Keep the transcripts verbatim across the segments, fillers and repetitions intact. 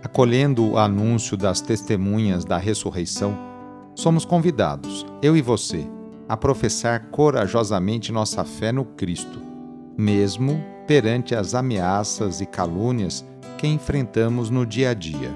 Acolhendo o anúncio das testemunhas da ressurreição, somos convidados, eu e você, a professar corajosamente nossa fé no Cristo, mesmo perante as ameaças e calúnias que enfrentamos no dia a dia.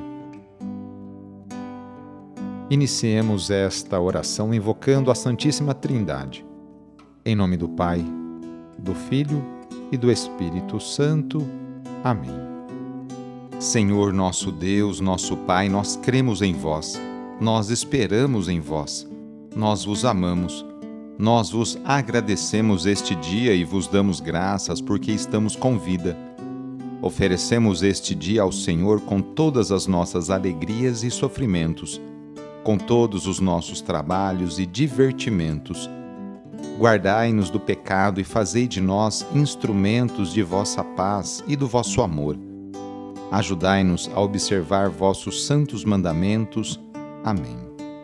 Iniciemos esta oração invocando a Santíssima Trindade. Em nome do Pai, do Filho e do Espírito Santo. Amém. Senhor nosso Deus, nosso Pai, nós cremos em vós, nós esperamos em vós, nós vos amamos, nós vos agradecemos este dia e vos damos graças porque estamos com vida. Oferecemos este dia ao Senhor com todas as nossas alegrias e sofrimentos, com todos os nossos trabalhos e divertimentos. Guardai-nos do pecado e fazei de nós instrumentos de vossa paz e do vosso amor. Ajudai-nos a observar vossos santos mandamentos. Amém.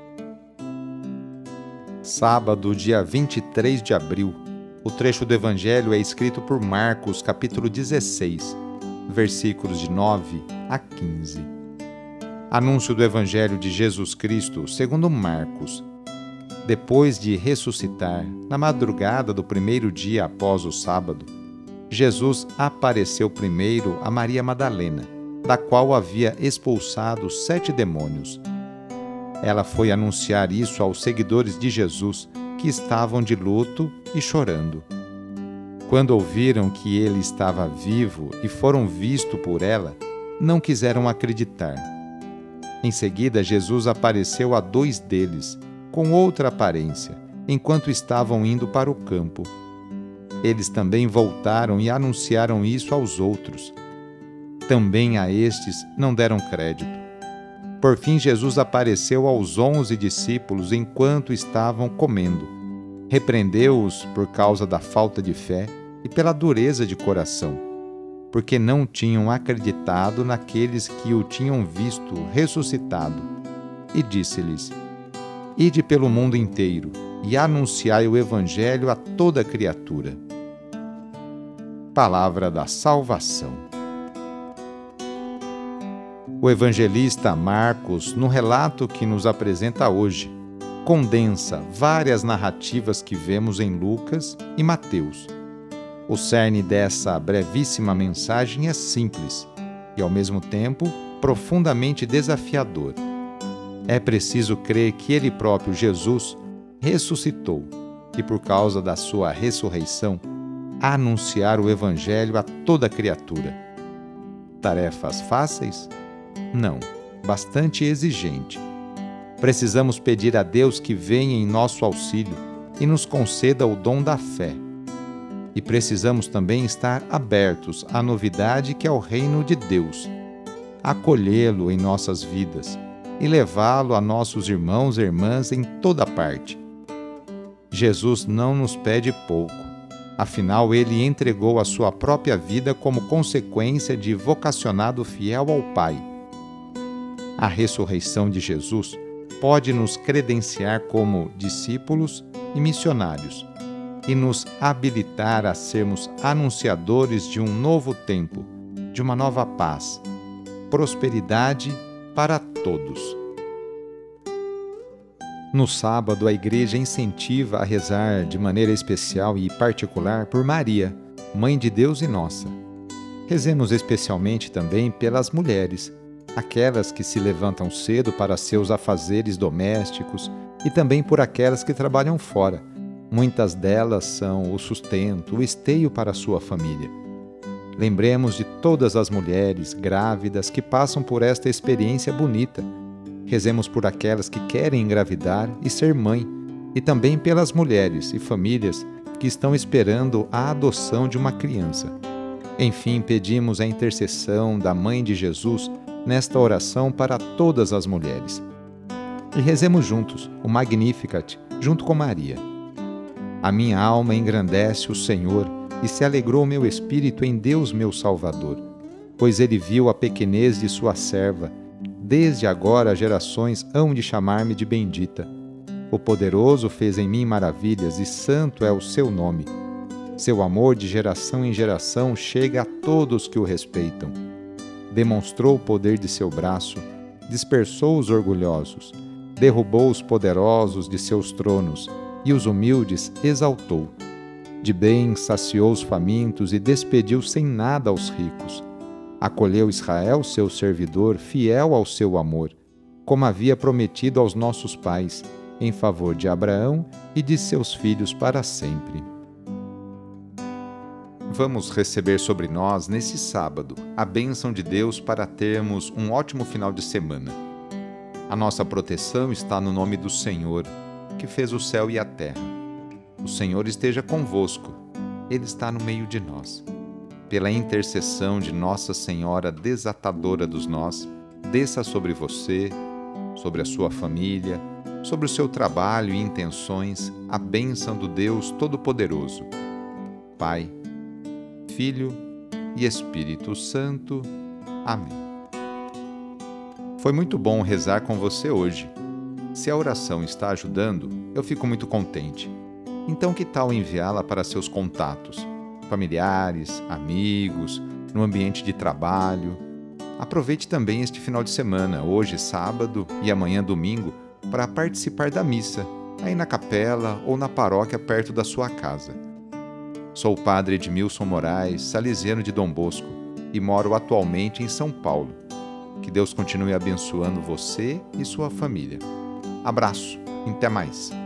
Sábado, dia vinte e três de abril. O trecho do Evangelho é escrito por Marcos, capítulo dezesseis, versículos de nove a quinze. Anúncio do Evangelho de Jesus Cristo segundo Marcos. Depois de ressuscitar, na madrugada do primeiro dia após o sábado, Jesus apareceu primeiro a Maria Madalena, da qual havia expulsado sete demônios. Ela foi anunciar isso aos seguidores de Jesus, que estavam de luto e chorando. Quando ouviram que ele estava vivo e foram vistos por ela, não quiseram acreditar. Em seguida, Jesus apareceu a dois deles, com outra aparência, enquanto estavam indo para o campo. Eles também voltaram e anunciaram isso aos outros. Também a estes não deram crédito. Por fim, Jesus apareceu aos onze discípulos enquanto estavam comendo. Repreendeu-os por causa da falta de fé e pela dureza de coração, porque não tinham acreditado naqueles que o tinham visto ressuscitado. E disse-lhes: Ide pelo mundo inteiro e anunciai o Evangelho a toda criatura. Palavra da salvação. O evangelista Marcos, no relato que nos apresenta hoje, condensa várias narrativas que vemos em Lucas e Mateus. O cerne dessa brevíssima mensagem é simples e, ao mesmo tempo, profundamente desafiador. É preciso crer que ele próprio, Jesus, ressuscitou e, por causa da sua ressurreição, anunciar o Evangelho a toda criatura. Tarefas fáceis? Não, bastante exigente. Precisamos pedir a Deus que venha em nosso auxílio e nos conceda o dom da fé. E precisamos também estar abertos à novidade que é o reino de Deus, acolhê-lo em nossas vidas e levá-lo a nossos irmãos e irmãs em toda parte. Jesus não nos pede pouco, afinal ele entregou a sua própria vida como consequência de vocacionado fiel ao Pai. A ressurreição de Jesus pode nos credenciar como discípulos e missionários e nos habilitar a sermos anunciadores de um novo tempo, de uma nova paz, prosperidade para todos. No sábado, a Igreja incentiva a rezar de maneira especial e particular por Maria, Mãe de Deus e nossa. Rezemos especialmente também pelas mulheres, aquelas que se levantam cedo para seus afazeres domésticos e também por aquelas que trabalham fora. Muitas delas são o sustento, o esteio para a sua família. Lembremos de todas as mulheres grávidas que passam por esta experiência bonita. Rezemos por aquelas que querem engravidar e ser mãe, e também pelas mulheres e famílias que estão esperando a adoção de uma criança. Enfim, pedimos a intercessão da Mãe de Jesus nesta oração para todas as mulheres. E rezemos juntos o Magnificat, junto com Maria. A minha alma engrandece o Senhor e se alegrou meu espírito em Deus meu Salvador, pois ele viu a pequenez de sua serva. Desde agora gerações hão de chamar-me de bendita. O Poderoso fez em mim maravilhas e santo é o seu nome. Seu amor de geração em geração chega a todos que o respeitam. demonstrou o poder de seu braço, dispersou os orgulhosos, derrubou os poderosos de seus tronos e os humildes exaltou. De bem saciou os famintos e despediu sem nada aos ricos. Acolheu Israel, seu servidor, fiel ao seu amor, como havia prometido aos nossos pais, em favor de Abraão e de seus filhos para sempre. Vamos receber sobre nós, nesse sábado, a bênção de Deus para termos um ótimo final de semana. A nossa proteção está no nome do Senhor, que fez o céu e a terra. O Senhor esteja convosco, Ele está no meio de nós. Pela intercessão de Nossa Senhora desatadora dos nós, desça sobre você, sobre a sua família, sobre o seu trabalho e intenções, a bênção do Deus Todo-Poderoso. Pai, Filho e Espírito Santo. Amém. Foi muito bom rezar com você hoje. Se a oração está ajudando, eu fico muito contente. Então, que tal enviá-la para seus contatos, familiares, amigos, no ambiente de trabalho? Aproveite também este final de semana, hoje sábado e amanhã domingo, para participar da missa, aí na capela ou na paróquia perto da sua casa. Sou o padre Edmilson Moraes, salesiano de Dom Bosco, e moro atualmente em São Paulo. Que Deus continue abençoando você e sua família. Abraço, até mais!